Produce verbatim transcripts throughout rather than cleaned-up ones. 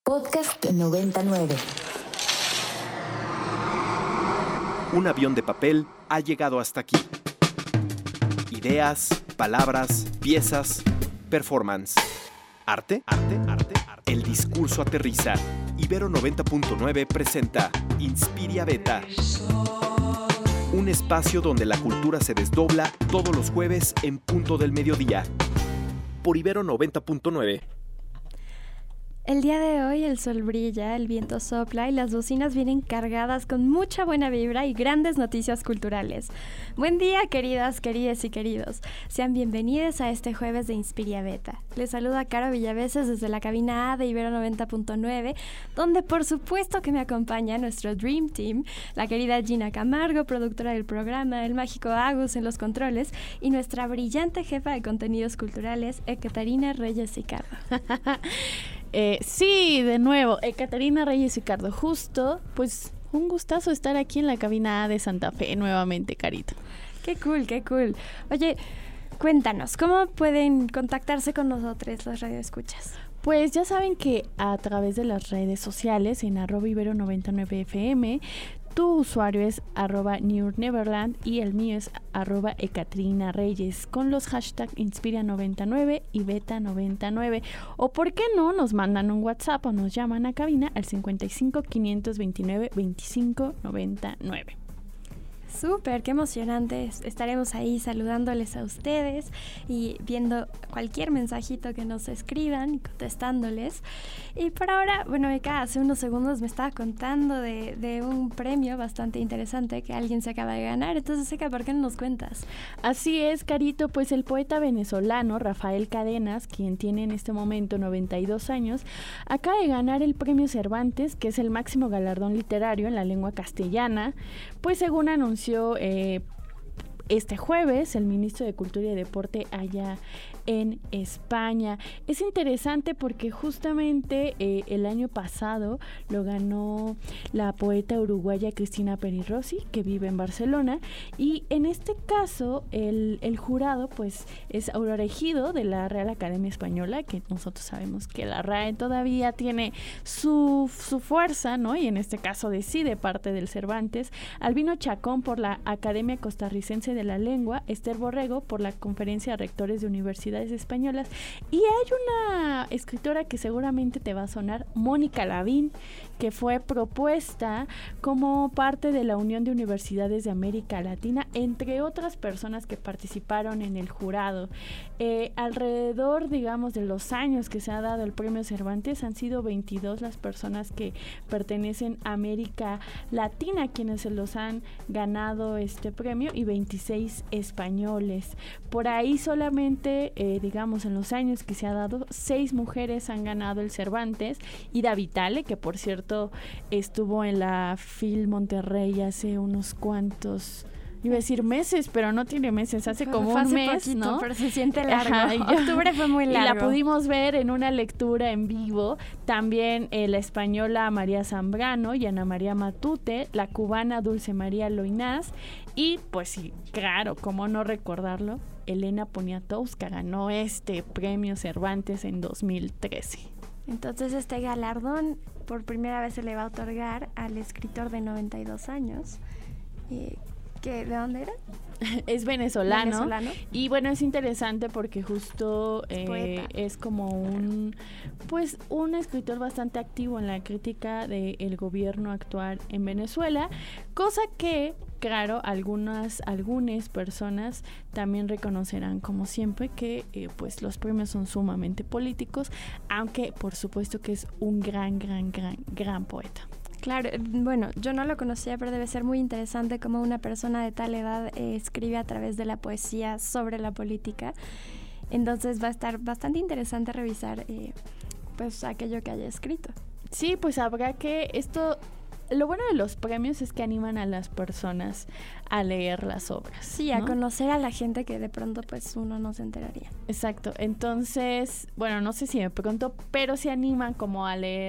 Podcast noventa y nueve. Un avión de papel ha llegado hasta aquí. Ideas, palabras, piezas, performance. ¿Arte? ¿Arte? ¿Arte? ¿Arte? El discurso aterriza. Ibero noventa punto nueve presenta Inspiria Beta. Un espacio donde la cultura se desdobla todos los jueves en punto del mediodía. Por Ibero noventa punto nueve. El día de hoy el sol brilla, el viento sopla y las bocinas vienen cargadas con mucha buena vibra y grandes noticias culturales. Buen día, queridas, querides y queridos. Sean bienvenidos a este jueves de Inspiria Beta. Les saluda Caro Villaveses desde la cabina A de Ibero noventa punto nueve, donde por supuesto que me acompaña nuestro Dream Team, la querida Gina Camargo, productora del programa, el mágico Agus en los controles, y nuestra brillante jefa de contenidos culturales, Ekaterina Reyes Ricardo. Eh, sí, de nuevo, Ekaterina Reyes Ricardo, justo, pues un gustazo estar aquí en la cabina A de Santa Fe nuevamente, Carito. Qué cool, qué cool. Oye, cuéntanos, ¿cómo pueden contactarse con nosotros los radioescuchas? Pues ya saben que a través de las redes sociales, en arroba Ibero noventa y nueve F M, tu usuario es arroba New Neverland y el mío es arroba Ekaterina Reyes, con los hashtags Inspiria noventa y nueve y Beta noventa y nueve. O por qué no, nos mandan un WhatsApp o nos llaman a cabina al cincuenta y cinco, quinientos veintinueve, veinticinco noventa y nueve. Súper, qué emocionante. Estaremos ahí saludándoles a ustedes y viendo cualquier mensajito que nos escriban y contestándoles. Y por ahora, bueno, Eka hace unos segundos me estaba contando de, de un premio bastante interesante que alguien se acaba de ganar. Entonces, Eka, ¿por qué no nos cuentas? Así es, Carito, pues el poeta venezolano Rafael Cadenas, quien tiene en este momento noventa y dos años, acaba de ganar el premio Cervantes, que es el máximo galardón literario en la lengua castellana, pues según anunció Eh, este jueves el ministro de Cultura y Deporte allá en España. Es interesante porque justamente eh, el año pasado lo ganó la poeta uruguaya Cristina Peri Rossi, que vive en Barcelona, y en este caso el, el jurado pues es Aurora Ejido de la Real Academia Española, que nosotros sabemos que la R A E todavía tiene su, su fuerza, ¿no? Y en este caso decide parte del Cervantes, Albino Chacón por la Academia Costarricense de la Lengua, Esther Borrego por la Conferencia de Rectores de Universidades Españolas, y hay una escritora que seguramente te va a sonar, Mónica Lavín, que fue propuesta como parte de la Unión de Universidades de América Latina, entre otras personas que participaron en el jurado. Eh, alrededor, digamos, de los años que se ha dado el premio Cervantes, han sido veintidós las personas que pertenecen a América Latina quienes se los han ganado este premio, y veintiséis españoles. Por ahí solamente, eh, digamos, en los años que se ha dado, seis mujeres han ganado el Cervantes. Ida Vitale, que por cierto estuvo en la Fil Monterrey hace unos cuantos, iba a decir meses, pero no tiene meses, hace como fue un hace mes, poquito, ¿no? Pero se siente largo. Ajá, Octubre fue muy largo. Y la pudimos ver en una lectura en vivo. También eh, la española María Zambrano y Ana María Matute, la cubana Dulce María Loinás, y pues sí, claro, cómo no recordarlo, Elena Poniatowska ganó este premio Cervantes en dos mil trece. Entonces este galardón por primera vez se le va a otorgar al escritor de noventa y dos años. Eh, ¿qué, ¿De dónde era? Es venezolano, venezolano. Y bueno, es interesante porque justo eh, es como un pues un escritor bastante activo en la crítica del gobierno actual en Venezuela, cosa que claro, algunas algunas personas también reconocerán, como siempre, que eh, pues los premios son sumamente políticos, aunque por supuesto que es un gran, gran, gran, gran poeta. Claro, bueno, yo no lo conocía, pero debe ser muy interesante cómo una persona de tal edad eh, escribe a través de la poesía sobre la política. Entonces va a estar bastante interesante revisar eh, pues aquello que haya escrito. Sí, pues habrá que esto... Lo bueno de los premios es que animan a las personas a leer las obras. Sí, ¿no? A conocer a la gente que de pronto pues uno no se enteraría. Exacto. Entonces, bueno, no sé si de pronto, pero se animan como a leer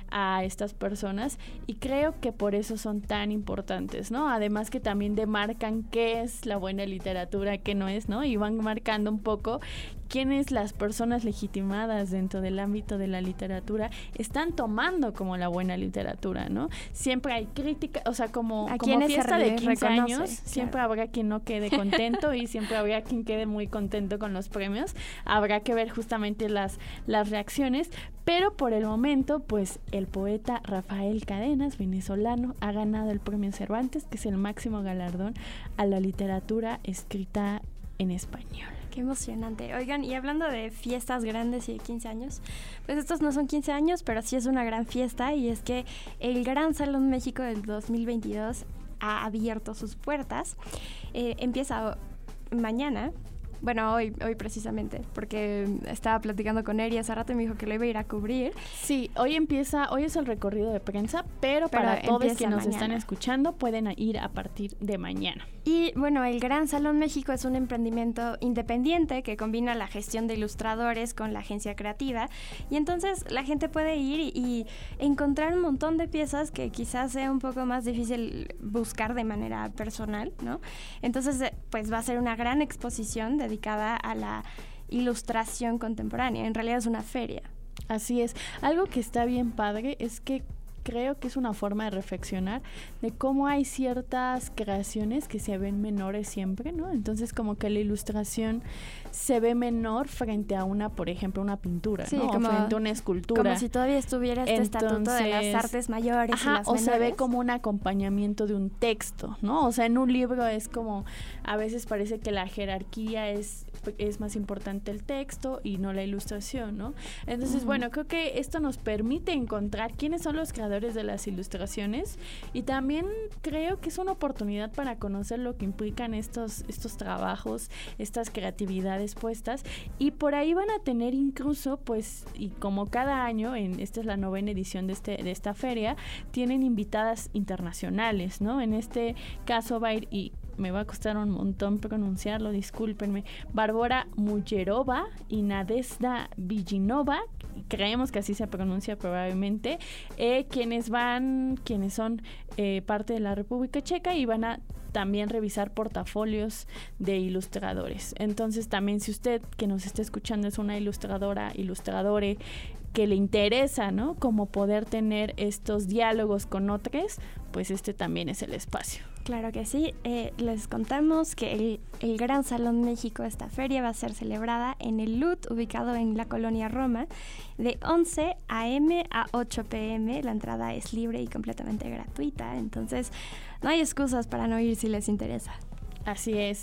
a estas personas, y creo que por eso son tan importantes, ¿no? Además que también demarcan qué es la buena literatura, qué no es, ¿no? Y van marcando un poco quiénes las personas legitimadas dentro del ámbito de la literatura están tomando como la buena literatura, ¿no? Siempre hay crítica, o sea, como, como fiesta de quince años, claro. Siempre habrá quien no quede contento y siempre habrá quien quede muy contento con los premios. Habrá que ver justamente las, las reacciones, pero por el momento, pues el poeta Rafael Cadenas, venezolano, ha ganado el premio Cervantes, que es el máximo galardón a la literatura escrita en español. Qué emocionante. Oigan, y hablando de fiestas grandes y de quince años, pues estos no son quince años, pero sí es una gran fiesta, y es que el Gran Salón México del dos mil veintidós ha abierto sus puertas. Eh, empieza mañana. Bueno, hoy, hoy precisamente, porque estaba platicando con Eri hace rato y me dijo que lo iba a ir a cubrir. Sí, hoy empieza, hoy es el recorrido de prensa, pero, pero para todos que nos mañana. están escuchando pueden ir a partir de mañana. Y bueno, el Gran Salón México es un emprendimiento independiente que combina la gestión de ilustradores con la agencia creativa, y entonces la gente puede ir y, y encontrar un montón de piezas que quizás sea un poco más difícil buscar de manera personal, ¿no? Entonces, pues va a ser una gran exposición de dedicada a la ilustración contemporánea. En realidad es una feria. Así es. Algo que está bien padre es que creo que es una forma de reflexionar de cómo hay ciertas creaciones que se ven menores siempre, ¿no? Entonces como que la ilustración se ve menor frente a una, por ejemplo, una pintura, sí, ¿no? Como, o frente a una escultura. Como si todavía estuviera este Entonces, estatuto de las artes mayores ajá, y las o menores. se ve como un acompañamiento de un texto, ¿no? O sea, en un libro es como, a veces parece que la jerarquía es es más importante el texto y no la ilustración, ¿no? Entonces, uh-huh. bueno, creo que esto nos permite encontrar quiénes son los creadores de las ilustraciones, y también creo que es una oportunidad para conocer lo que implican estos, estos trabajos, estas creatividades puestas, y por ahí van a tener incluso, pues, y como cada año, en esta es la novena edición de, este, de esta feria, tienen invitadas internacionales, ¿no? En este caso va a ir, y me va a costar un montón pronunciarlo, discúlpenme, Bárbara Mullerova y Nadezhda Villinova, creemos que así se pronuncia probablemente, eh, quienes van, quienes son eh, parte de la República Checa, y van a también revisar portafolios de ilustradores. Entonces también, si usted que nos está escuchando es una ilustradora, ilustradore, que le interesa, ¿no? Como poder tener estos diálogos con otros, pues este también es el espacio. Claro que sí. Eh, les contamos que el, el Gran Salón México, esta feria, va a ser celebrada en el L U T, ubicado en la colonia Roma, de once a eme a ocho pe eme. La entrada es libre y completamente gratuita, entonces no hay excusas para no ir si les interesa. Así es.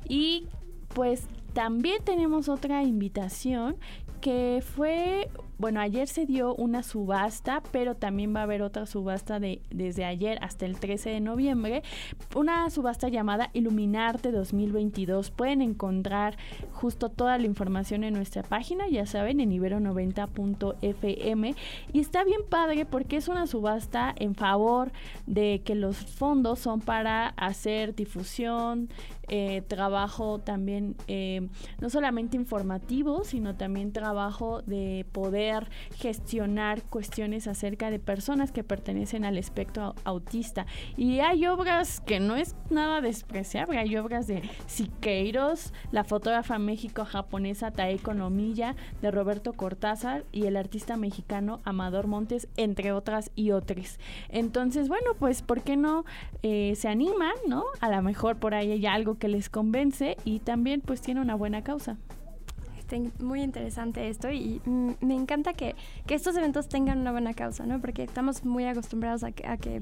Y pues también tenemos otra invitación que fue, bueno, ayer se dio una subasta, pero también va a haber otra subasta de desde ayer hasta el trece de noviembre, una subasta llamada Iluminarte dos mil veintidós. Pueden encontrar justo toda la información en nuestra página, ya saben, en ibero noventa punto efe eme, y está bien padre porque es una subasta en favor de que los fondos son para hacer difusión, eh, trabajo también, eh, no solamente informativo, sino también trabajo de poder gestionar cuestiones acerca de personas que pertenecen al espectro autista. Y hay obras que no es nada despreciable, hay obras de Siqueiros, la fotógrafa México-japonesa Taeko Nomiya, de Roberto Cortázar y el artista mexicano Amador Montes, entre otras y otras. Entonces, bueno, pues, ¿por qué no eh, se animan, no? A lo mejor por ahí hay algo que les convence y también pues tiene una buena causa. Está muy interesante esto y mm, me encanta que, que estos eventos tengan una buena causa, ¿no? Porque estamos muy acostumbrados a que, a que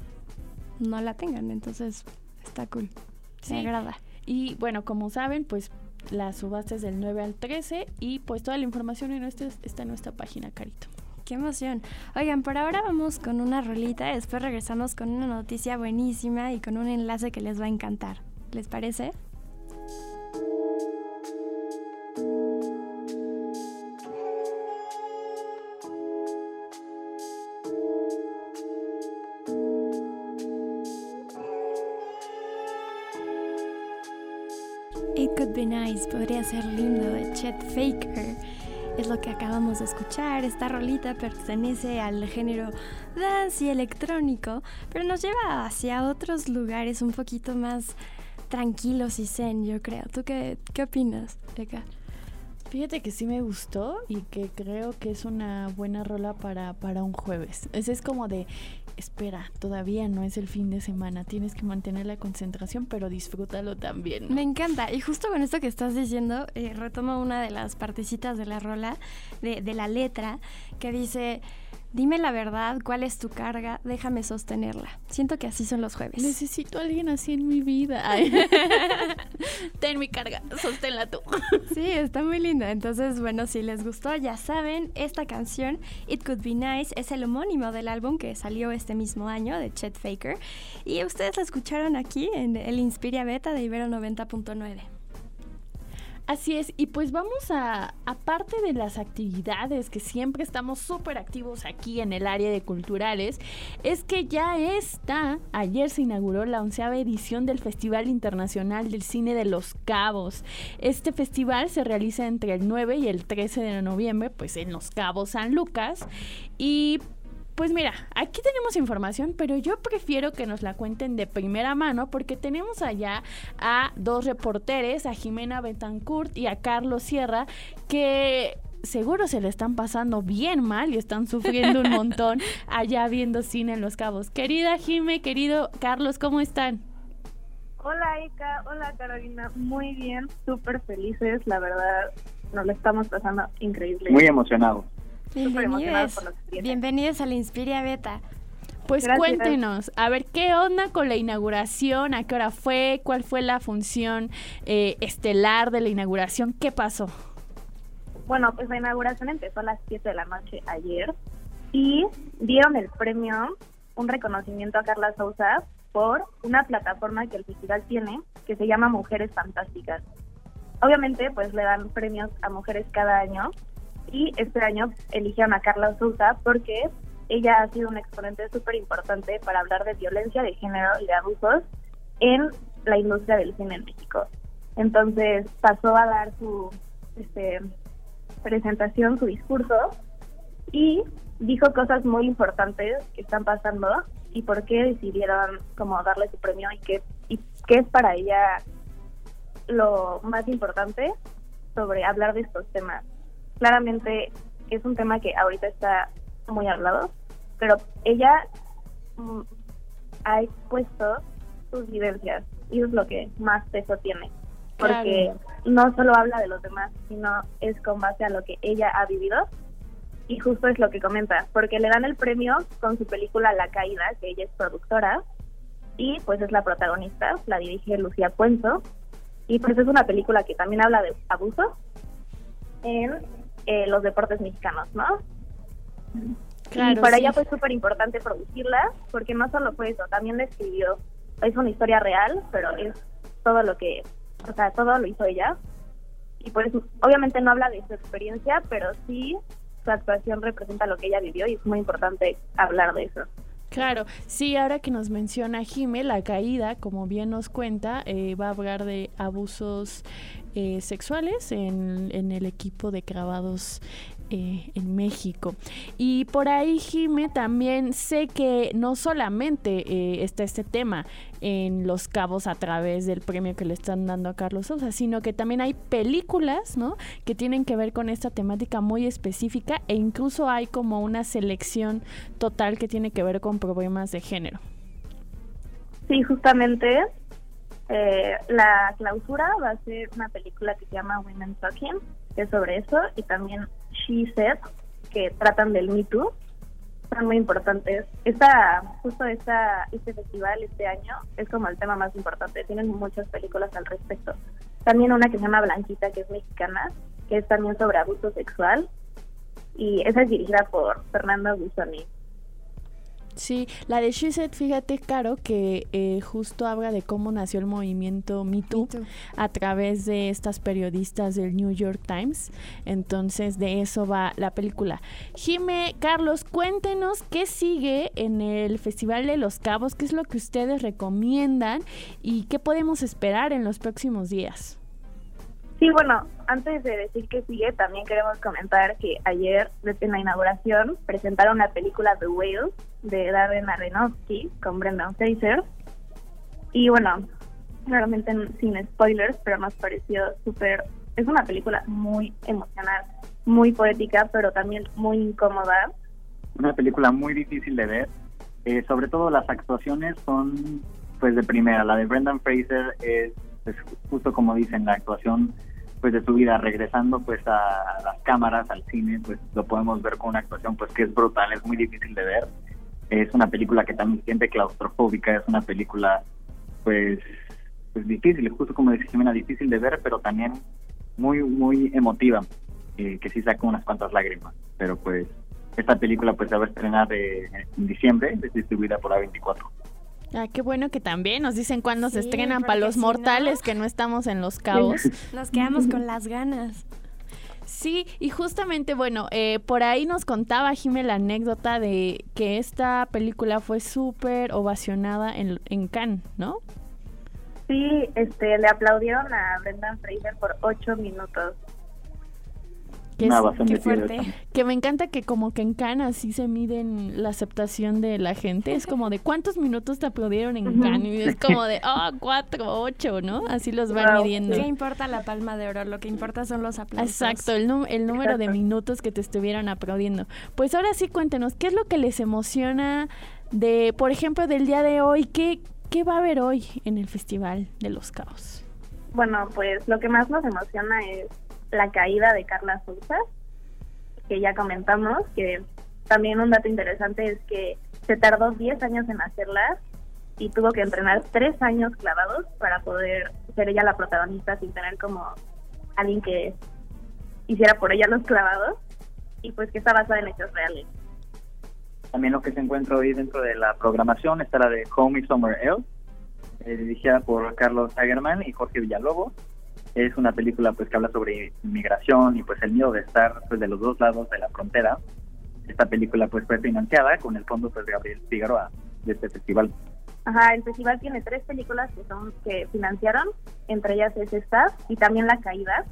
no la tengan, entonces está cool, sí. Me agrada. Y bueno, como saben, pues la subasta es del nueve al trece y pues toda la información en nuestra, está en nuestra página, Carito. ¡Qué emoción! Oigan, por ahora vamos con una rolita, después regresamos con una noticia buenísima y con un enlace que les va a encantar. ¿Les parece? It Could Be Nice podría ser lindo, de Chet Faker. es lo que acabamos de escuchar. Esta rolita pertenece al género dance y electrónico, pero nos lleva hacia otros lugares un poquito más tranquilos y zen, yo creo. ¿Tú qué, qué opinas, Eka? Fíjate que sí me gustó y que creo que es una buena rola para, para un jueves. Ese es como de, espera, todavía no es el fin de semana, tienes que mantener la concentración, pero disfrútalo también, ¿no? Me encanta, y justo con esto que estás diciendo, eh, retomo una de las partecitas de la rola, de, de la letra, que dice... Dime la verdad, ¿cuál es tu carga? Déjame sostenerla. Siento que así son los jueves. Necesito a alguien así en mi vida. Ay. Ten mi carga, sosténla tú. Sí, está muy linda. Entonces, bueno, si les gustó, ya saben, esta canción, It Could Be Nice, es el homónimo del álbum que salió este mismo año, de Chet Faker. Y ustedes la escucharon aquí en el Inspiria Beta de Ibero noventa punto nueve. Así es, y pues vamos a, aparte de las actividades que siempre estamos súper activos aquí en el área de culturales, es que ya está, ayer se inauguró la onceava edición del Festival Internacional del Cine de Los Cabos. Este festival se realiza entre el nueve y el trece de noviembre, pues en Los Cabos, San Lucas, y... Pues mira, aquí tenemos información, pero yo prefiero que nos la cuenten de primera mano porque tenemos allá a dos reporteres, a Jimena Betancourt y a Carlos Sierra, que seguro se le están pasando bien mal y están sufriendo un montón allá viendo cine en Los Cabos. Querida Jime, querido Carlos, ¿cómo están? Hola Eka, hola Carolina, muy bien, súper felices, la verdad, nos lo estamos pasando increíble. Muy emocionados. Bienvenidos, bienvenidos a la Inspiria Beta. Pues Gracias. Cuéntenos, a ver, ¿qué onda con la inauguración? ¿A qué hora fue? ¿Cuál fue la función eh, estelar de la inauguración? ¿Qué pasó? Bueno, pues la inauguración empezó a las siete de la noche ayer y dieron el premio, un reconocimiento a Carla Sousa por una plataforma que el festival tiene que se llama Mujeres Fantásticas. Obviamente, pues le dan premios a mujeres cada año. Y este año eligieron a Carla Sousa porque ella ha sido un exponente súper importante para hablar de violencia de género y de abusos en la industria del cine en México. Entonces pasó a dar su este, presentación, su discurso, y dijo cosas muy importantes que están pasando y por qué decidieron como darle su premio y qué, y qué es para ella lo más importante sobre hablar de estos temas. Claramente es un tema que ahorita está muy hablado, pero ella mm, ha expuesto sus vivencias y eso es lo que más peso tiene, porque claro, no solo habla de los demás, sino es con base a lo que ella ha vivido y justo es lo que comenta, porque le dan el premio con su película La Caída, que ella es productora y pues es la protagonista, la dirige Lucía Puenzo y pues es una película que también habla de abuso en eh, los deportes mexicanos, ¿no? Claro, y para sí. ella fue súper importante producirla, porque no solo fue eso, también la escribió. Es una historia real, pero es todo lo que, o sea, todo lo hizo ella. Y pues obviamente no habla de su experiencia, pero sí su actuación representa lo que ella vivió y es muy importante hablar de eso. Claro, sí, ahora que nos menciona Jime, La Caída, como bien nos cuenta, eh, va a hablar de abusos eh, sexuales en, en el equipo de clavados eh, en México. Y por ahí, Jime, también sé que no solamente eh, está este tema en Los Cabos a través del premio que le están dando a Carlos Sousa, sino que también hay películas, ¿no?, que tienen que ver con esta temática muy específica e incluso hay como una selección total que tiene que ver con problemas de género. Sí, justamente eh, la clausura va a ser una película que se llama Women Talking, que es sobre eso, y también She Said, que tratan del Me Too. Son muy importantes. Esta, justo esta, este festival este año es como el tema más importante. Tienen muchas películas al respecto. También una que se llama Blanquita, que es mexicana, que es también sobre abuso sexual. Y esa es dirigida por Fernanda Busoni. Sí, la de She Said, fíjate, Caro, que eh, justo habla de cómo nació el movimiento Me Too, Me Too a través de estas periodistas del New York Times. Entonces, de eso va la película. Jime, Carlos, cuéntenos qué sigue en el Festival de Los Cabos, qué es lo que ustedes recomiendan y qué podemos esperar en los próximos días. Sí, bueno, antes de decir que sigue, también queremos comentar que ayer, en la inauguración, presentaron la película The Whale de Darren Aronofsky con Brendan Fraser. Y bueno, realmente sin spoilers, pero nos pareció súper... Es una película muy emocional, muy poética, pero también muy incómoda. Una película muy difícil de ver. Eh, sobre todo las actuaciones son pues de primera. La de Brendan Fraser es pues, justo como dicen, la actuación pues de su vida, regresando pues a las cámaras, al cine, pues lo podemos ver con una actuación pues que es brutal, es muy difícil de ver. Es una película que también se siente claustrofóbica, es una película pues, pues difícil, justo como dice Jimena, difícil de ver, pero también muy muy emotiva, eh, que sí saca unas cuantas lágrimas. Pero pues esta película pues se va a estrenar de, en diciembre, es distribuida por A veinticuatro. Ah, qué bueno que también nos dicen cuándo Sí, se estrenan porque para los si mortales no- que no estamos en Los Cabos. Nos quedamos con las ganas. Sí, y justamente, bueno, eh, por ahí nos contaba Jimé la anécdota de que esta película fue súper ovacionada en, en Cannes, ¿no? Sí, este, le aplaudieron a Brendan Fraser por ocho minutos. Que, Una es- ovación Qué de pie, fuerte. ¿no? que me encanta que como que en Cannes así se miden la aceptación de la gente. Es como de ¿cuántos minutos te aplaudieron en Ujú. Cannes? Y es como de, oh, cuatro, ocho, ¿no? Así los van Wow. midiendo. ¿Qué importa la palma de oro? Lo que importa son los aplausos. Exacto, el, num- el número de Exacto. minutos que te estuvieran aplaudiendo. Pues ahora sí, cuéntenos, ¿qué es lo que les emociona de, por ejemplo, del día de hoy? ¿Qué, qué va a haber hoy en el Festival de Los Cabos? Bueno, pues lo que más nos emociona es la caída de Carla Souza, que ya comentamos, que también un dato interesante es que se tardó diez años en hacerla y tuvo que entrenar tres años clavados para poder ser ella la protagonista sin tener como alguien que hiciera por ella los clavados, y pues que está basada en hechos reales. También lo que se encuentra hoy dentro de la programación está la de Home is Somewhere Else, eh, dirigida por Carlos Hagerman y Jorge Villalobos. Es una película pues que habla sobre inmigración y pues el miedo de estar pues de los dos lados de la frontera. Esta película pues fue financiada con el fondo pues de Gabriel Figueroa de este festival. Ajá, el festival tiene tres películas que son que financiaron, entre ellas es esta y también La Caída.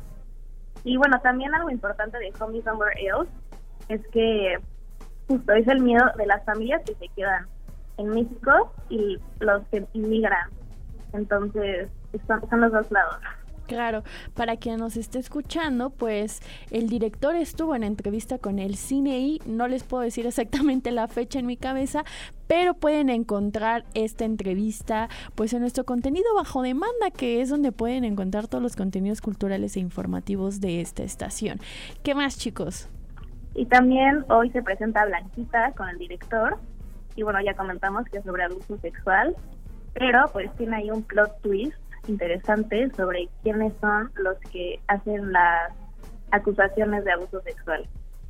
Y bueno, también algo importante de Home is Somewhere Else es que justo es el miedo de las familias que se quedan en México y los que inmigran. Entonces, son, son los dos lados. Claro, para quien nos esté escuchando, pues el director estuvo en entrevista con el Cine I, no les puedo decir exactamente la fecha en mi cabeza, pero pueden encontrar esta entrevista pues en nuestro contenido bajo demanda, que es donde pueden encontrar todos los contenidos culturales e informativos de esta estación. ¿Qué más, chicos? Y también hoy se presenta Blanquita con el director, y bueno, ya comentamos que es sobre abuso sexual, pero pues tiene ahí un plot twist interesante sobre quiénes son los que hacen las acusaciones de abuso sexual.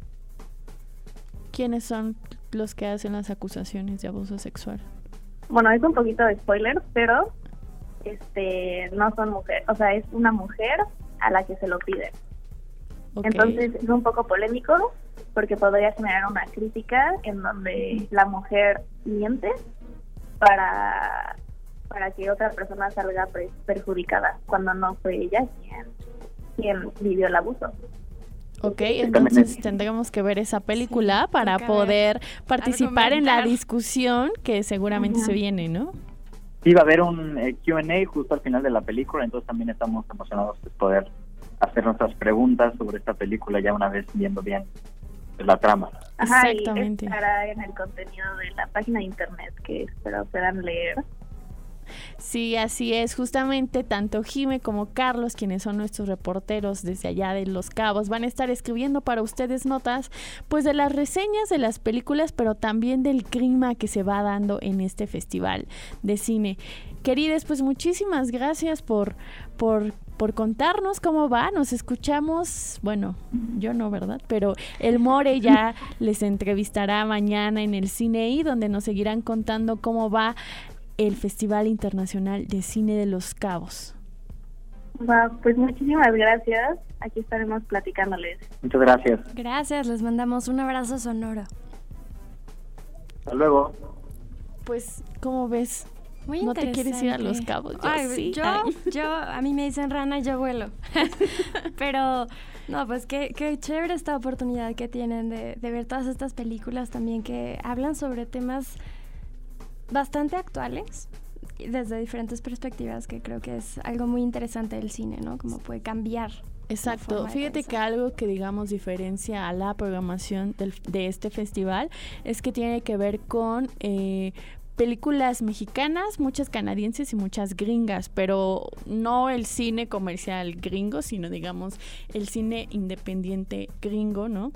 ¿Quiénes son los que hacen las acusaciones de abuso sexual? Bueno, es un poquito de spoiler, pero este no son mujeres, o sea, es una mujer a la que se lo pide. Ok. Entonces es un poco polémico porque podría generar una crítica en donde la mujer miente para para que otra persona salga pre- perjudicada cuando no fue ella quien, quien vivió el abuso. Ok, entonces tendremos que ver esa película Sí, para toca poder participar en la argumentar. discusión que seguramente Ajá. se viene, ¿no? Sí, va a haber un eh, Q and A justo al final de la película, entonces también estamos emocionados de poder hacer nuestras preguntas sobre esta película ya una vez viendo bien la trama. Ajá, Exactamente. y estará en el contenido de la página de internet que espero puedan leer. Sí, así es. Justamente tanto Jime como Carlos, quienes son nuestros reporteros desde allá de Los Cabos, van a estar escribiendo para ustedes notas pues de las reseñas de las películas, pero también del clima que se va dando en este festival de cine. Queridas, pues muchísimas gracias por, por, por contarnos cómo va. Nos escuchamos, bueno, yo no, ¿verdad? Pero el More ya les entrevistará mañana en el Cine I, donde nos seguirán contando cómo va el Festival Internacional de Cine de Los Cabos. Va, pues muchísimas gracias. Aquí estaremos platicándoles. Muchas gracias. Gracias, les mandamos un abrazo sonoro. Hasta luego. Pues, ¿cómo ves? Muy ¿No te quieres ir a Los interesante. Cabos? Yo Ay, sí. Yo, Ay. yo, a mí me dicen rana y yo vuelo. Pero, no, pues qué, qué chévere esta oportunidad que tienen de, de ver todas estas películas también que hablan sobre temas bastante actuales y desde diferentes perspectivas, que creo que es algo muy interesante del cine, ¿no? Cómo puede cambiar. Exacto, forma de fíjate pensar. que algo que digamos diferencia a la programación del, de este festival es que tiene que ver con eh, películas mexicanas, muchas canadienses y muchas gringas, pero no el cine comercial gringo, sino digamos el cine independiente gringo, ¿no?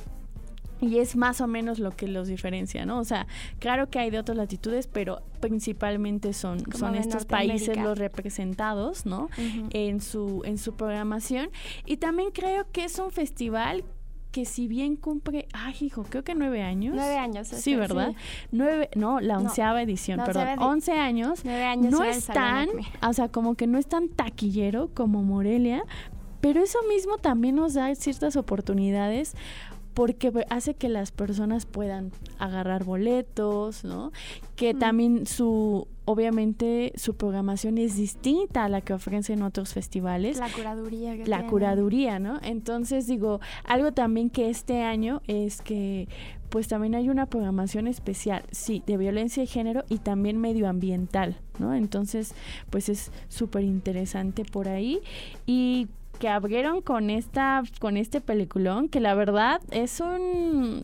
Y es más o menos lo que los diferencia, ¿no? O sea, claro que hay de otras latitudes, pero principalmente son, Como son de estos países Norteamérica. los representados, ¿no? Ujú. En su, en su programación. Y también creo que es un festival que si bien cumple, ay hijo, creo que nueve años. Nueve años. Sí, este, ¿verdad? sí. Nueve, no, la No, onceava edición, la perdón, onceava edi- once años. Nueve años No era el es Salón tan, Acme. o sea, como que no es tan taquillero como Morelia, pero eso mismo también nos da ciertas oportunidades porque hace que las personas puedan agarrar boletos, ¿no? Que Mm. también su, obviamente, su programación es distinta a la que ofrecen otros festivales. La curaduría que La tienen. curaduría, ¿no? Entonces, digo, algo también que este año es que pues también hay una programación especial, sí, de violencia de género y también medioambiental, ¿no? Entonces, pues es súper interesante por ahí. Y que abrieron con esta, con este peliculón, que la verdad es un,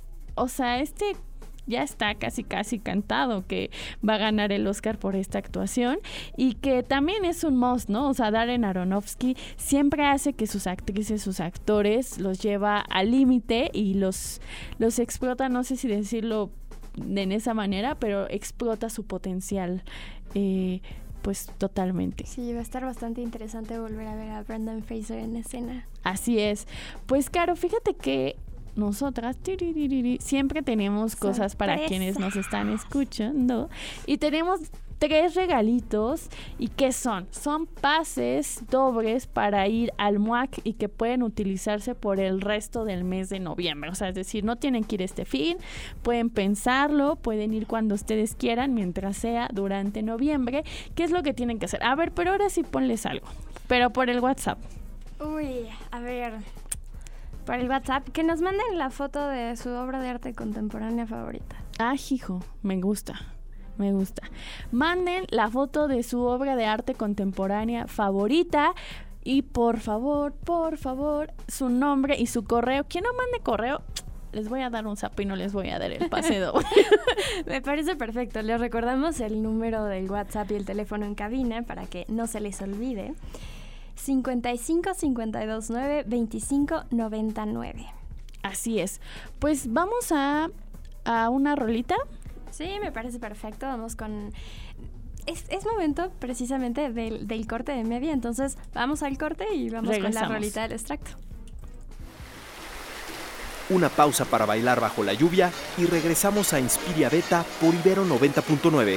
o sea, este ya está casi casi cantado que va a ganar el Oscar por esta actuación y que también es un must, ¿no? O sea, Darren Aronofsky siempre hace que sus actrices, sus actores los lleva al límite y los, los explota, no sé si decirlo en esa manera, pero explota su potencial, eh, pues totalmente. Sí, va a estar bastante interesante volver a ver a Brendan Fraser en escena. Así es. Pues Caro, fíjate que nosotras tiriririri, siempre tenemos cosas para Sorpresas. quienes nos están escuchando y tenemos tres regalitos. ¿Y qué son? Son pases dobles para ir al M U A C y que pueden utilizarse por el resto del mes de noviembre. O sea, es decir, no tienen que ir este fin, pueden pensarlo, pueden ir cuando ustedes quieran, mientras sea durante noviembre. ¿Qué es lo que tienen que hacer? A ver, pero ahora sí ponles algo, pero por el WhatsApp. Uy, a ver, por el WhatsApp, que nos manden la foto de su obra de arte contemporánea favorita. Ah, hijo, me gusta. Me gusta. Manden la foto de su obra de arte contemporánea favorita y por favor, por favor, su nombre y su correo. Quien no mande correo, les voy a dar un zapo y no les voy a dar el pase doble. Me parece perfecto. Les recordamos el número del WhatsApp y el teléfono en cabina para que no se les olvide. cincuenta y cinco, cincuenta y dos, nueve, veinticinco, noventa y nueve. Así es. Pues vamos a, a una rolita. Sí, me parece perfecto. Vamos con... Es, es momento precisamente del, del corte de media, entonces vamos al corte y vamos con la Regresamos. rolita del extracto. Una pausa para bailar bajo la lluvia y regresamos a Inspiria Beta por Ibero noventa punto nueve.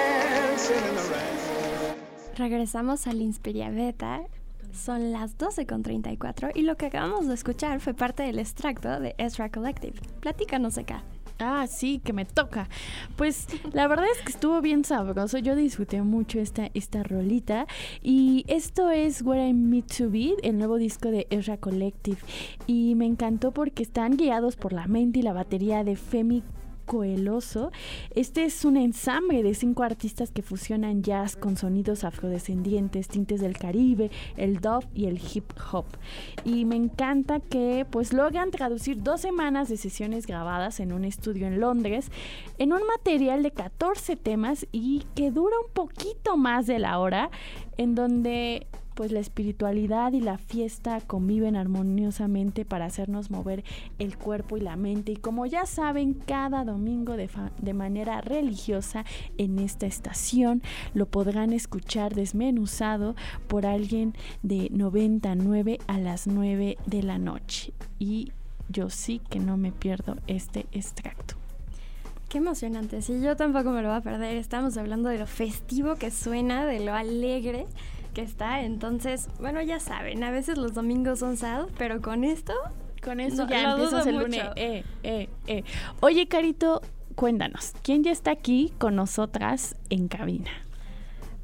Regresamos al Inspiria Beta. Son las doce con treinta y cuatro y lo que acabamos de escuchar fue parte del extracto de Ezra Collective. Platícanos acá. Ah, sí, que me toca. Pues la verdad es que estuvo bien sabroso. Yo disfruté mucho esta, esta rolita. Y esto es Where I Meet to Be, el nuevo disco de Ezra Collective. Y me encantó porque están guiados por la mente y la batería de Femi Coeloso. Este es un ensamble de cinco artistas que fusionan jazz con sonidos afrodescendientes, tintes del Caribe, el dub y el hip hop. Y me encanta que pues logran traducir dos semanas de sesiones grabadas en un estudio en Londres en un material de catorce temas y que dura un poquito más de la hora, en donde pues la espiritualidad y la fiesta conviven armoniosamente para hacernos mover el cuerpo y la mente. Y como ya saben, cada domingo de, fa- de manera religiosa en esta estación lo podrán escuchar desmenuzado por alguien de noventa y nueve a las nueve de la noche. Y yo sí que no me pierdo este extracto. Qué emocionante, sí, yo tampoco me lo voy a perder. Estamos hablando de lo festivo que suena, de lo alegre que está. Entonces, bueno, ya saben, a veces los domingos son sad, pero con esto... Con eso No, ya lo empiezas dudo el mucho. lunes. Eh, eh, eh. Oye, Carito, cuéntanos, ¿quién ya está aquí con nosotras en cabina?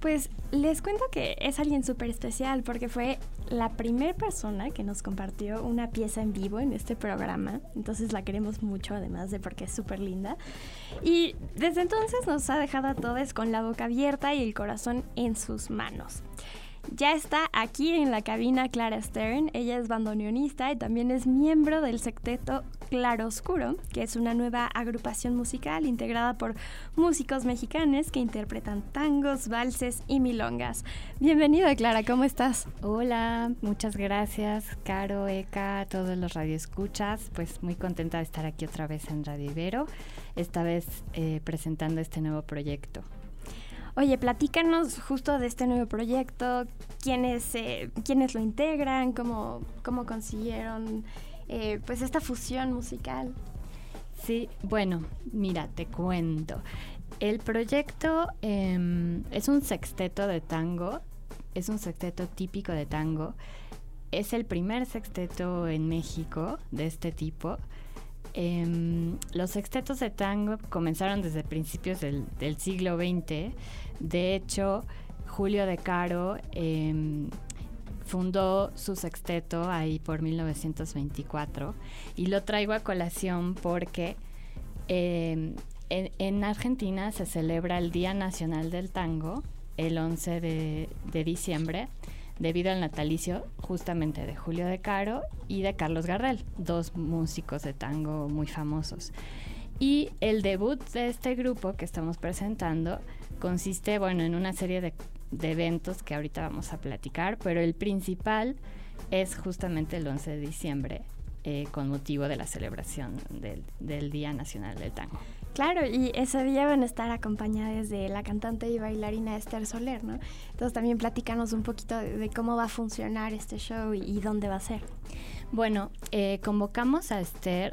Pues les cuento que es alguien súper especial porque fue la primera persona que nos compartió una pieza en vivo en este programa. Entonces la queremos mucho, además de porque es súper linda. Y desde entonces nos ha dejado a todos con la boca abierta y el corazón en sus manos. Ya está aquí en la cabina Clara Stern. Ella es bandoneonista y también es miembro del sexteto Claroscuro, que es una nueva agrupación musical integrada por músicos mexicanos que interpretan tangos, valses y milongas. Bienvenida, Clara, ¿cómo estás? Hola, muchas gracias, Caro, Eka, todos los radioescuchas. Pues muy contenta de estar aquí otra vez en Radio Ibero, esta vez eh, presentando este nuevo proyecto. Oye, platícanos justo de este nuevo proyecto, quiénes, eh, quiénes lo integran, cómo, cómo consiguieron eh, pues esta fusión musical. Sí, bueno, mira, te cuento. El proyecto eh, es un sexteto de tango, es un sexteto típico de tango. Es el primer sexteto en México de este tipo. Eh, los sextetos de tango comenzaron desde principios del, del siglo veinte. De hecho, Julio De Caro eh, fundó su sexteto ahí por mil novecientos veinticuatro y lo traigo a colación porque eh, en, en Argentina se celebra el Día Nacional del Tango el once de diciembre, debido al natalicio justamente de Julio De Caro y de Carlos Gardel, dos músicos de tango muy famosos. Y el debut de este grupo que estamos presentando consiste, bueno, en una serie de, de eventos que ahorita vamos a platicar, pero el principal es justamente el once de diciembre, eh, con motivo de la celebración del, del Día Nacional del Tango. Claro, y ese día van a estar acompañadas de la cantante y bailarina Esther Soler, ¿no? Entonces también platícanos un poquito de, de cómo va a funcionar este show y, y dónde va a ser. Bueno, eh, convocamos a Esther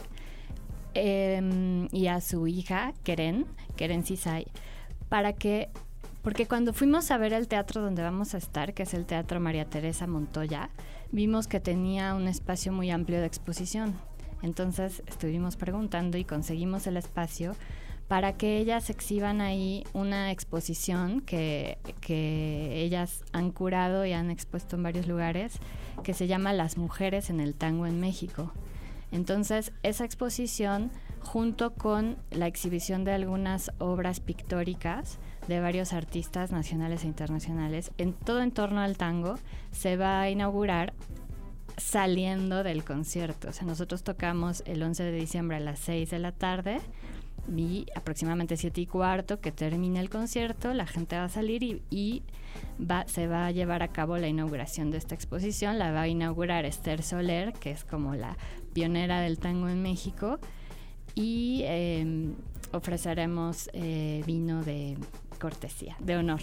eh, y a su hija, Keren, Keren Sisay, para que, porque cuando fuimos a ver el teatro donde vamos a estar, que es el Teatro María Teresa Montoya, vimos que tenía un espacio muy amplio de exposición. Entonces estuvimos preguntando y conseguimos el espacio para que ellas exhiban ahí una exposición que, que ellas han curado y han expuesto en varios lugares, que se llama Las Mujeres en el Tango en México. Entonces, esa exposición, junto con la exhibición de algunas obras pictóricas de varios artistas nacionales e internacionales, en todo en torno al tango, se va a inaugurar saliendo del concierto. O sea, nosotros tocamos el once de diciembre a las seis de la tarde y aproximadamente siete y cuarto que termina el concierto, la gente va a salir y, y va, se va a llevar a cabo la inauguración de esta exposición. La va a inaugurar Esther Soler, que es como la pionera del tango en México, y eh, ofreceremos eh, vino de cortesía, de honor.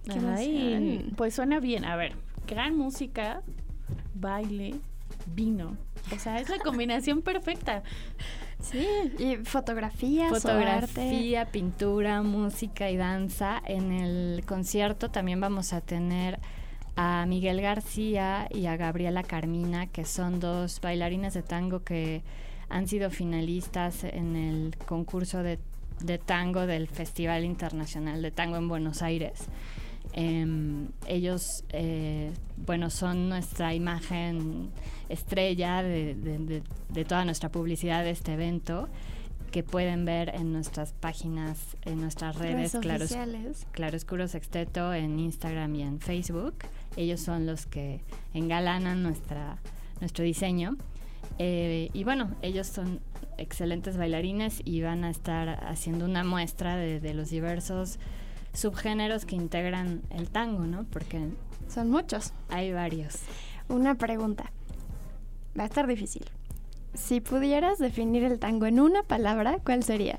Ay, pues suena bien. A ver, gran música, baile, vino. O sea, es la combinación perfecta. Sí, y fotografías, Fotografía, pintura, música y danza. En el concierto también vamos a tener a Miguel García y a Gabriela Carmina, que son dos bailarines de tango que han sido finalistas en el concurso de, de tango del Festival Internacional de Tango en Buenos Aires. Eh, ellos, eh, bueno, son nuestra imagen estrella de, de, de, de toda nuestra publicidad de este evento, que pueden ver en nuestras páginas, en nuestras redes, redes Claros, Claroscuro Sexteto, en Instagram y en Facebook. Ellos son los que engalanan nuestra, nuestro diseño. Eh, y bueno, ellos son excelentes bailarines y van a estar haciendo una muestra de, de los diversos subgéneros que integran el tango, ¿no? Porque son muchos. Hay varios. Una pregunta. Va a estar difícil. Si pudieras definir el tango en una palabra, ¿cuál sería?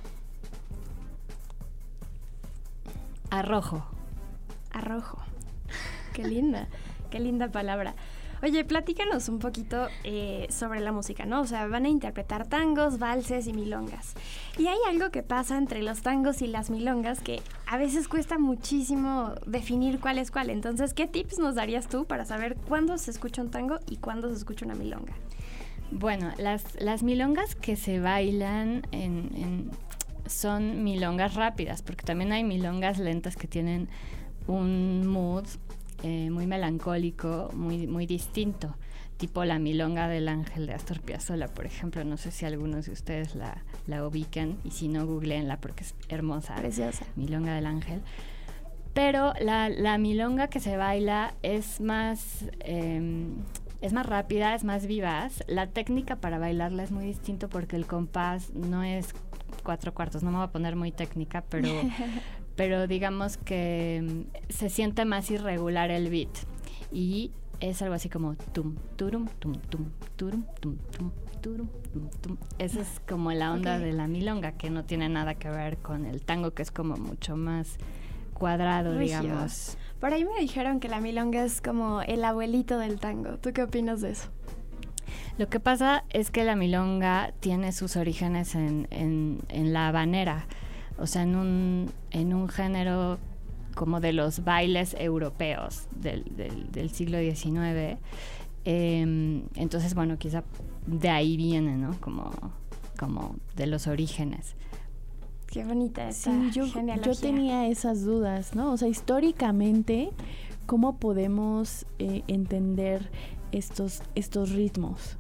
Arrojo. Arrojo. Qué linda, qué linda palabra. Oye, platícanos un poquito eh, sobre la música, ¿no? O sea, van a interpretar tangos, valses y milongas. Y hay algo que pasa entre los tangos y las milongas que a veces cuesta muchísimo definir cuál es cuál. Entonces, ¿qué tips nos darías tú para saber cuándo se escucha un tango y cuándo se escucha una milonga? Bueno, las, las milongas que se bailan en, en, son milongas rápidas, porque también hay milongas lentas que tienen un mood eh, muy melancólico, muy, muy distinto, tipo la Milonga del Ángel de Astor Piazzolla, por ejemplo. No sé si algunos de ustedes la, la ubican, y si no, googleenla porque es hermosa. Preciosa. Milonga del Ángel. Pero la, la milonga que se baila es más, eh, es más rápida, es más vivaz. La técnica para bailarla es muy distinto porque el compás no es cuatro cuartos. No me voy a poner muy técnica, pero, pero digamos que se siente más irregular el beat. Y es algo así como tum, turum, tum, tum, turum, tum, tum, turum, tum, tum. Esa es como la onda okay. de la milonga, que no tiene nada que ver con el tango, que es como mucho más cuadrado, Rígido. digamos. Por ahí me dijeron que la milonga es como el abuelito del tango. ¿Tú qué opinas de eso? Lo que pasa es que la milonga tiene sus orígenes en, en, en la habanera, o sea, en un, en un género como de los bailes europeos del, del, del siglo diecinueve. Eh, entonces, bueno, quizá de ahí viene, ¿no? Como, como de los orígenes. Qué bonita esa sí, yo, genealogía. Yo tenía esas dudas, ¿no? O sea, históricamente, ¿cómo podemos eh, entender estos, estos ritmos?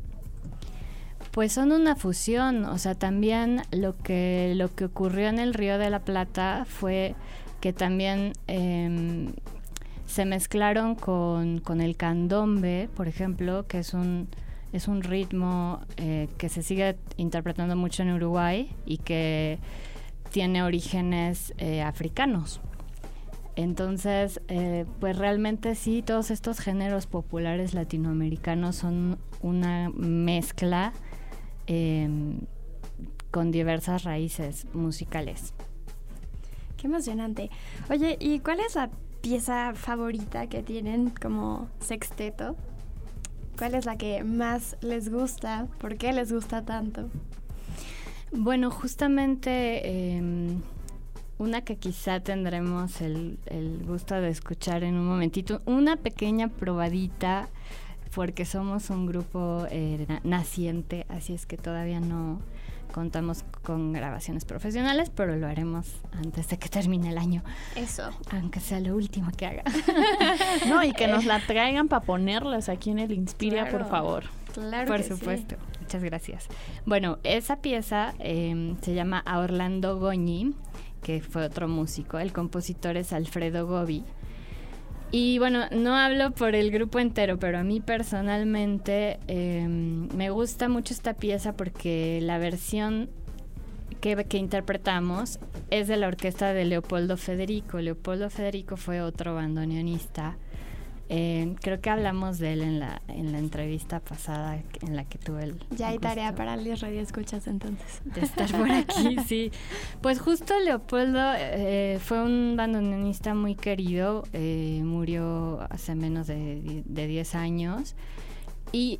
Pues son una fusión, o sea, también lo que, lo que ocurrió en el Río de la Plata fue que también eh, se mezclaron con, con el candombe, por ejemplo, que es un, es un ritmo eh, que se sigue interpretando mucho en Uruguay y que tiene orígenes eh, africanos. Entonces, eh, pues realmente sí, todos estos géneros populares latinoamericanos son una mezcla eh, con diversas raíces musicales. Qué emocionante. Oye, ¿y cuál es la pieza favorita que tienen como sexteto? ¿Cuál es la que más les gusta? ¿Por qué les gusta tanto? Bueno, justamente eh, una que quizá tendremos el, el gusto de escuchar en un momentito, una pequeña probadita, porque somos un grupo eh, naciente, así es que todavía no contamos con grabaciones profesionales, pero lo haremos antes de que termine el año. Eso. Aunque sea lo último que haga. No, y que nos la traigan para ponerlas aquí en el Inspiria, claro, por favor. Claro por que supuesto. Sí. Muchas gracias. Bueno, esa pieza eh, se llama A Orlando Goñi, que fue otro músico. El compositor es Alfredo Gobi. Y bueno, no hablo por el grupo entero, pero a mí personalmente eh, me gusta mucho esta pieza porque la versión que, que interpretamos es de la orquesta de Leopoldo Federico. Leopoldo Federico fue otro bandoneonista. Eh, creo que hablamos de él en la, en la entrevista pasada en la que tuve el Ya hay gusto tarea para los radioescuchas entonces. De estar por aquí, sí. Pues justo Leopoldo eh, fue un bandoneonista muy querido, eh, murió hace menos de, de diez años y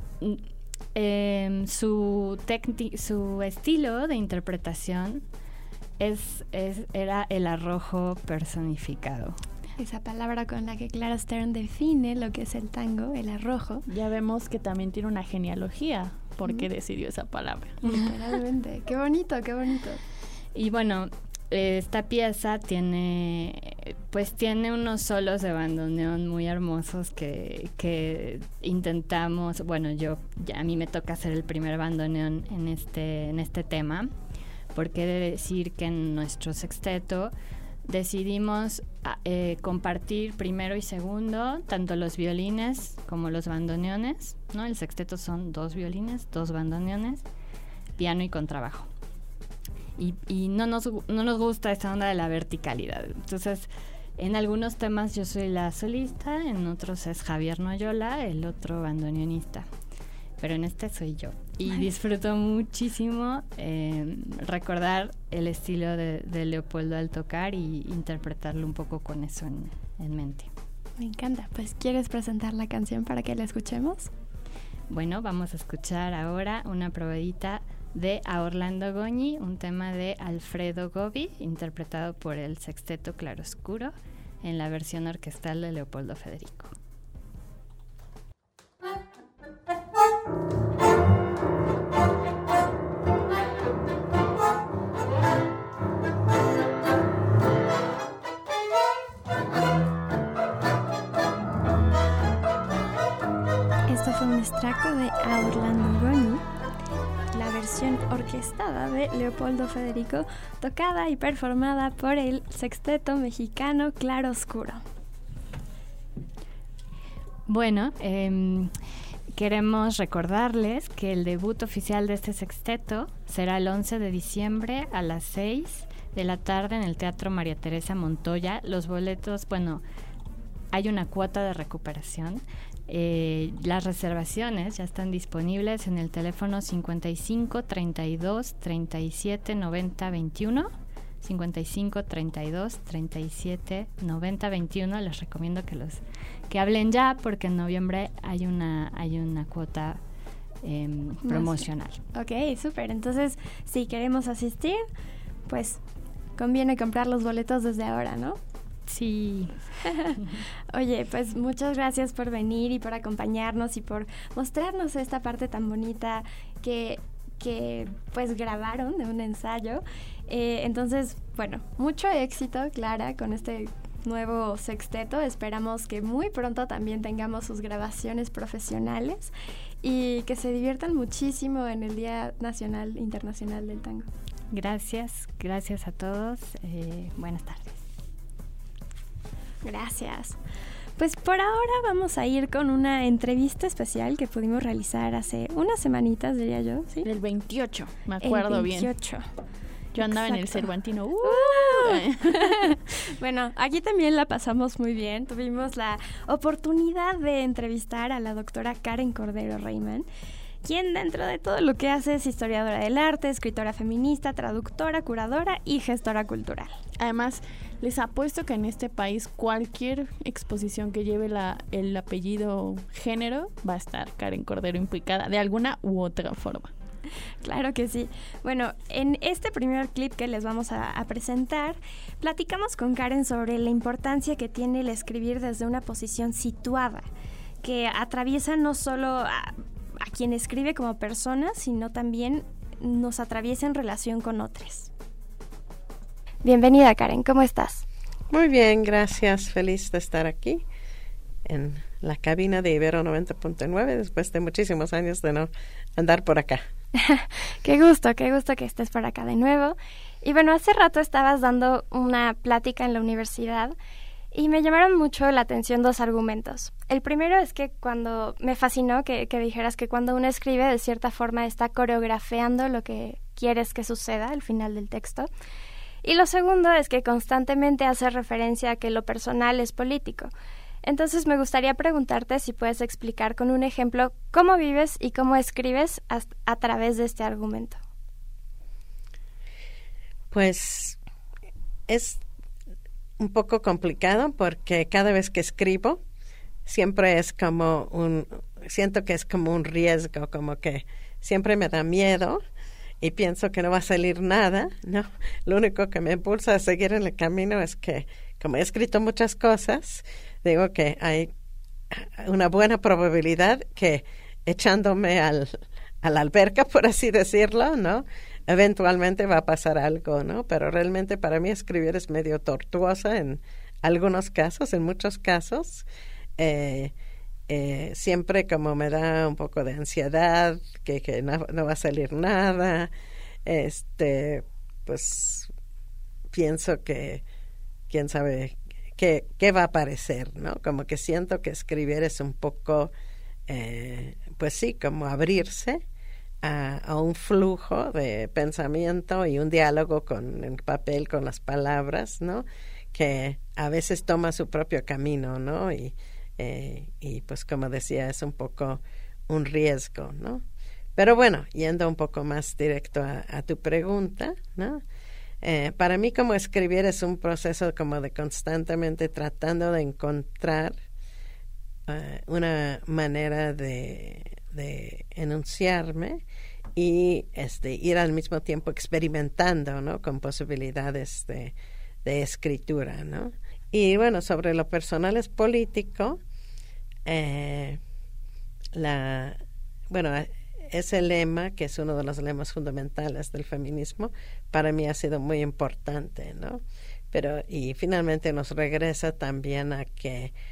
eh, su, tecni- su estilo de interpretación es, es, era el arrojo personificado. Esa palabra con la que Clara Stern define lo que es el tango, el arrojo. Ya vemos que también tiene una genealogía. ¿Por qué mm. decidió esa palabra? Literalmente. Qué bonito, qué bonito. Y bueno, esta pieza tiene, pues tiene unos solos de bandoneón muy hermosos que, que intentamos, bueno, yo, ya a mí me toca hacer el primer bandoneón en este, en este tema, porque he de decir que en nuestro sexteto decidimos eh, compartir primero y segundo, tanto los violines como los bandoneones, ¿no? El sexteto son dos violines, dos bandoneones, piano y contrabajo. Y, y no nos, no nos gusta esa onda de la verticalidad. Entonces, en algunos temas yo soy la solista, en otros es Javier Noyola, el otro bandoneonista. Pero en este soy yo. Y Ay. disfruto muchísimo eh, recordar el estilo de, de Leopoldo al tocar y interpretarlo un poco con eso en, en mente. Me encanta. Pues, ¿quieres presentar la canción para que la escuchemos? Bueno, vamos a escuchar ahora una probadita de A Orlando Goñi, un tema de Alfredo Gobi, interpretado por el Sexteto Claroscuro en la versión orquestal de Leopoldo Federico. extracto de A Orlando Goni, la versión orquestada de Leopoldo Federico, tocada y performada por el sexteto mexicano Claroscuro. Bueno, eh, queremos recordarles que el debut oficial de este sexteto será el once de diciembre a las seis de la tarde en el Teatro María Teresa Montoya. Los boletos, bueno, hay una cuota de recuperación. Eh, las reservaciones ya están disponibles en el teléfono cincuenta y cinco, treinta y dos, treinta y siete, noventa, veintiuno. cincuenta y cinco, treinta y dos, treinta y siete, noventa, veintiuno. Les recomiendo que los que hablen ya, porque en noviembre hay una hay una cuota eh, promocional. Ok, súper. Entonces, si queremos asistir, pues conviene comprar los boletos desde ahora, ¿no? Sí. Oye, pues muchas gracias por venir y por acompañarnos y por mostrarnos esta parte tan bonita que, que pues grabaron de un ensayo. Eh, entonces, bueno, mucho éxito, Clara, con este nuevo sexteto. Esperamos que muy pronto también tengamos sus grabaciones profesionales y que se diviertan muchísimo en el Día Nacional Internacional del Tango. Gracias, gracias a todos. Eh, buenas tardes. Gracias. Pues por ahora vamos a ir con una entrevista especial que pudimos realizar hace unas semanitas, diría yo, ¿sí? El veintiocho, me acuerdo el veintiocho. Bien. Yo andaba Exacto. en el Cervantino. ¡Uh! Bueno, aquí también la pasamos muy bien. Tuvimos la oportunidad de entrevistar a la doctora Karen Cordero Reimann, quien dentro de todo lo que hace es historiadora del arte, escritora feminista, traductora, curadora y gestora cultural. Además, les apuesto que en este país cualquier exposición que lleve la, el apellido género va a estar Karen Cordero implicada de alguna u otra forma. Claro que sí. Bueno, en este primer clip que les vamos a, a presentar, platicamos con Karen sobre la importancia que tiene el escribir desde una posición situada, que atraviesa no solo a, a quien escribe como persona, sino también nos atraviesa en relación con otros. Bienvenida, Karen, ¿cómo estás? Muy bien, gracias. Feliz de estar aquí en la cabina de Ibero noventa punto nueve después de muchísimos años de no andar por acá. Qué gusto, qué gusto que estés por acá de nuevo. Y bueno, hace rato estabas dando una plática en la universidad y me llamaron mucho la atención dos argumentos. El primero es que cuando me fascinó que, que dijeras que cuando uno escribe, de cierta forma está coreografiando lo que quieres que suceda al final del texto. Y lo segundo es que constantemente hace referencia a que lo personal es político. Entonces me gustaría preguntarte si puedes explicar con un ejemplo cómo vives y cómo escribes a, a través de este argumento. Pues es un poco complicado porque cada vez que escribo siempre es como un, siento que es como un riesgo, como que siempre me da miedo y pienso que no va a salir nada, ¿no? Lo único que me impulsa a seguir en el camino es que, como he escrito muchas cosas, digo que hay una buena probabilidad que echándome al, a la alberca, por así decirlo, ¿no? Eventualmente va a pasar algo, ¿no? Pero realmente para mí escribir es medio tortuosa en algunos casos, en muchos casos. Eh, eh, siempre como me da un poco de ansiedad, que, que no, no va a salir nada, este, pues pienso que, quién sabe qué, qué va a aparecer, ¿no? Como que siento que escribir es un poco, eh, pues sí, como abrirse a, a un flujo de pensamiento y un diálogo con el papel, con las palabras, ¿no? Que a veces toma su propio camino, ¿no? Y Eh, y pues como decía, es un poco un riesgo, ¿no? Pero bueno, yendo un poco más directo a, a tu pregunta, ¿no? Eh, para mí como escribir es un proceso como de constantemente tratando de encontrar uh, una manera de, de enunciarme y este, ir al mismo tiempo experimentando, ¿no? Con posibilidades de, de escritura, ¿no? Y bueno, sobre lo personal es político. Eh, la, bueno, ese lema, que es uno de los lemas fundamentales del feminismo, para mí ha sido muy importante, ¿no? Pero, y finalmente nos regresa también a que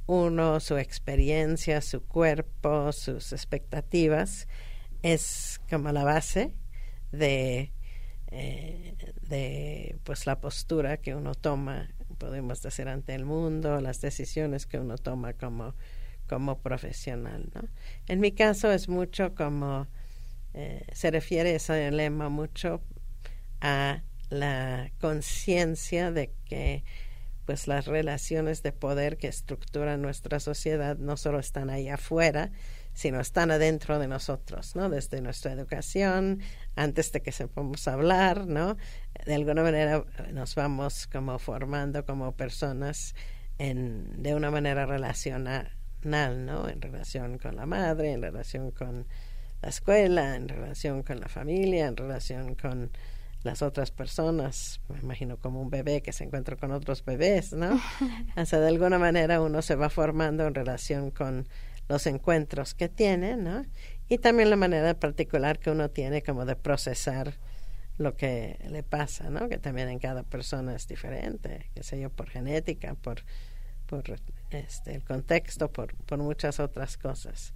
uno, su experiencia, su cuerpo, sus expectativas, es como la base de, eh, de pues la postura que uno toma, podemos decir, ante el mundo, las decisiones que uno toma como, como profesional, ¿no? En mi caso es mucho como, eh, se refiere ese lema mucho a la conciencia de que pues las relaciones de poder que estructuran nuestra sociedad no solo están ahí afuera, sino están adentro de nosotros, ¿no? Desde nuestra educación, antes de que sepamos hablar, ¿no? De alguna manera nos vamos como formando como personas en, de una manera relacional, ¿no? En relación con la madre, en relación con la escuela, en relación con la familia, en relación con las otras personas, me imagino como un bebé que se encuentra con otros bebés, ¿no? O sea, de alguna manera uno se va formando en relación con los encuentros que tiene, ¿no? Y también la manera particular que uno tiene como de procesar lo que le pasa, ¿no? Que también en cada persona es diferente, qué sé yo, por genética, por, por este, el contexto, por, por muchas otras cosas.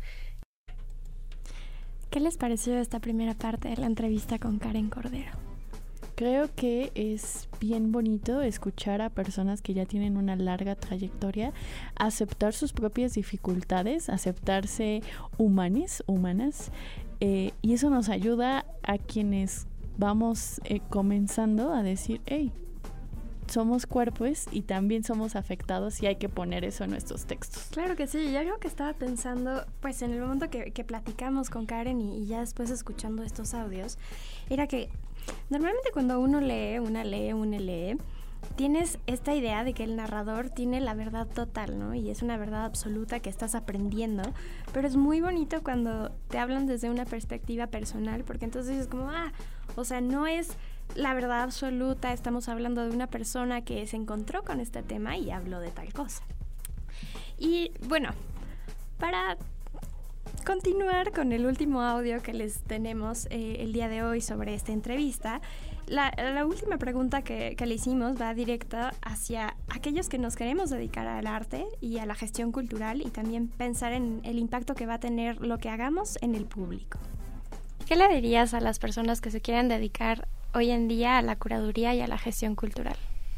¿Qué les pareció esta primera parte de la entrevista con Karen Cordero? Creo que es bien bonito escuchar a personas que ya tienen una larga trayectoria aceptar sus propias dificultades, aceptarse humanes, humanas, eh, y eso nos ayuda a quienes vamos eh, comenzando a decir, hey, somos cuerpos y también somos afectados y hay que poner eso en nuestros textos. Claro que sí, y algo que estaba pensando, pues en el momento que, que platicamos con Karen y, y ya después escuchando estos audios, era que normalmente cuando uno lee, una lee, una lee, tienes esta idea de que el narrador tiene la verdad total, ¿no? Y es una verdad absoluta que estás aprendiendo, pero es muy bonito cuando te hablan desde una perspectiva personal, porque entonces es como, ah, o sea, no es la verdad absoluta, estamos hablando de una persona que se encontró con este tema y habló de tal cosa. Y bueno, para continuar con el último audio que les tenemos eh, el día de hoy sobre esta entrevista, la, la última pregunta que, que le hicimos va directa hacia aquellos que nos queremos dedicar al arte y a la gestión cultural y también pensar en el impacto que va a tener lo que hagamos en el público. ¿Qué le dirías a las personas que se quieren dedicar hoy en día a la curaduría y a la gestión cultural?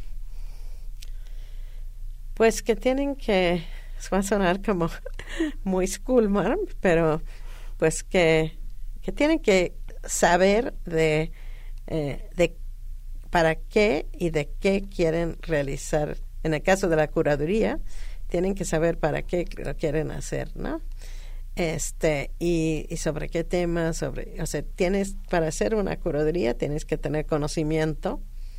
Pues que tienen que, va a sonar como muy schoolmarm, pero pues que, que tienen que saber de, eh, de para qué y de qué quieren realizar. En el caso de la curaduría, tienen que saber para qué lo quieren hacer, ¿no? Este, y, y sobre qué temas, sobre, o sea, tienes, para hacer una curaduría tienes que tener conocimiento.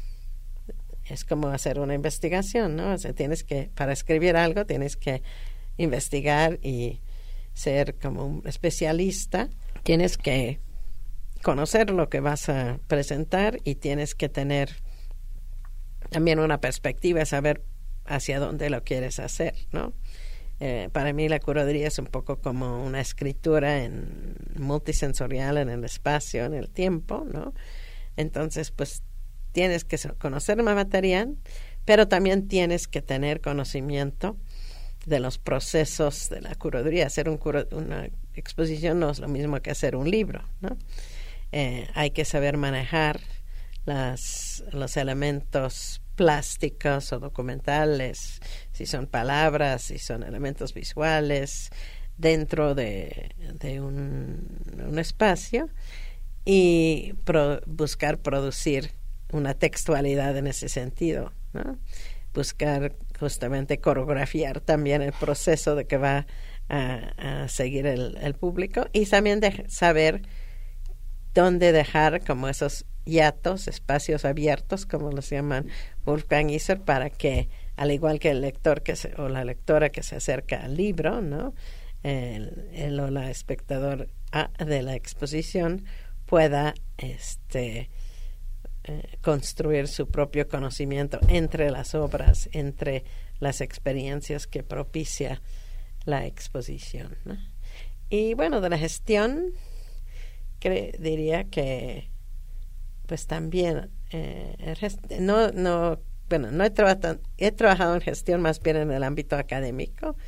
Es como hacer una investigación, ¿no? O sea, tienes que, para escribir algo, tienes que investigar y ser como un especialista. Tienes que conocer lo que vas a presentar y tienes que tener también una perspectiva, saber hacia dónde lo quieres hacer, ¿no? Eh, para mí la curaduría es un poco como una escritura en multisensorial en el espacio, en el tiempo, ¿no? Entonces, pues tienes que conocer el material, pero también tienes que tener conocimiento de los procesos de la curaduría. Hacer un cura, una exposición no es lo mismo que hacer un libro, ¿no? Eh, hay que saber manejar las, los elementos plásticos o documentales, si son palabras, si son elementos visuales, dentro de, de un, un espacio y pro, buscar producir una textualidad en ese sentido, ¿no? Buscar justamente coreografiar también el proceso de que va a, a seguir el, el público y también de saber dónde dejar como esos hiatos, espacios abiertos, como los llaman Wolfgang Iser, para que, al igual que el lector que se, o la lectora que se acerca al libro, ¿no? El, el o la espectador a, de la exposición pueda este eh, construir su propio conocimiento entre las obras, entre las experiencias que propicia la exposición, ¿no? Y bueno, de la gestión, cre- diría que pues también eh, no no bueno no he trabajado he trabajado en gestión más bien en el ámbito académico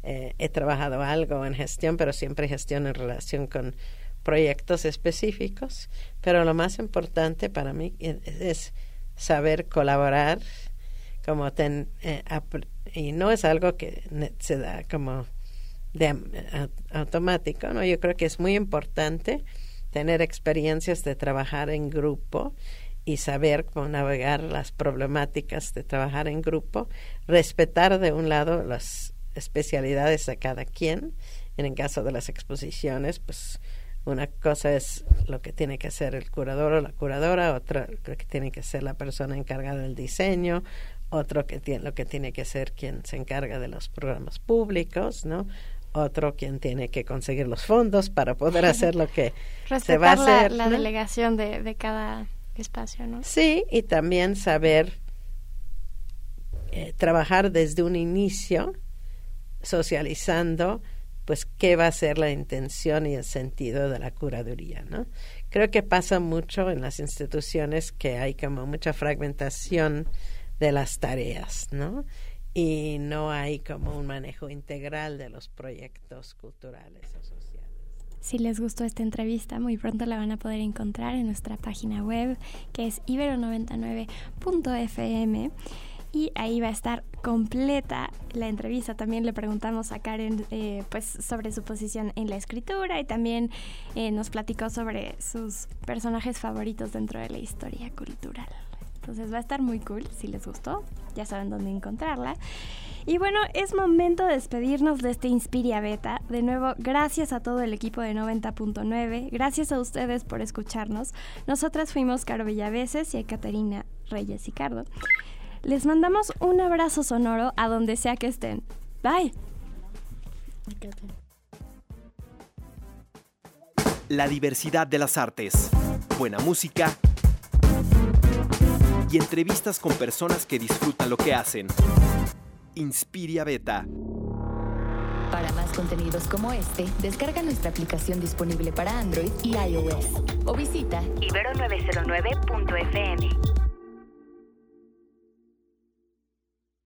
eh, he trabajado algo en gestión, pero siempre gestión en relación con proyectos específicos. Pero lo más importante para mí es, es saber colaborar, como ten, eh, y no es algo que se da como de a, automático, ¿no? Yo creo que es muy importante tener experiencias de trabajar en grupo y saber cómo navegar las problemáticas de trabajar en grupo, respetar de un lado las especialidades de cada quien. En el caso de las exposiciones, pues una cosa es lo que tiene que hacer el curador o la curadora, otra lo que tiene que ser la persona encargada del diseño, otro que tiene, lo que tiene que ser quien se encarga de los programas públicos, ¿no? Otro quien tiene que conseguir los fondos para poder hacer lo que se va a hacer. la, la ¿no? delegación de, de cada espacio, ¿no? Sí, y también saber eh, trabajar desde un inicio, socializando, pues, qué va a ser la intención y el sentido de la curaduría, ¿no? Creo que pasa mucho en las instituciones que hay como mucha fragmentación de las tareas, ¿no? Y no hay como un manejo integral de los proyectos culturales o sociales. Si les gustó esta entrevista, muy pronto la van a poder encontrar en nuestra página web, que es ibero noventa y nueve punto efe eme, y ahí va a estar completa la entrevista. También le preguntamos a Karen eh, pues sobre su posición en la escritura, y también eh, nos platicó sobre sus personajes favoritos dentro de la historia cultural. Entonces va a estar muy cool. Si les gustó, ya saben dónde encontrarla. Y bueno, es momento de despedirnos de este Inspiria Beta. De nuevo, gracias a todo el equipo de noventa punto nueve. Gracias a ustedes por escucharnos. Nosotras fuimos Caro Villaveses y Caterina Reyes y Cardo. Les mandamos un abrazo sonoro a donde sea que estén. Bye. La diversidad de las artes, buena música y entrevistas con personas que disfrutan lo que hacen. Inspiria Beta. Para más contenidos como este, descarga nuestra aplicación disponible para Android y iOS o visita ibero novecientos nueve punto efe eme.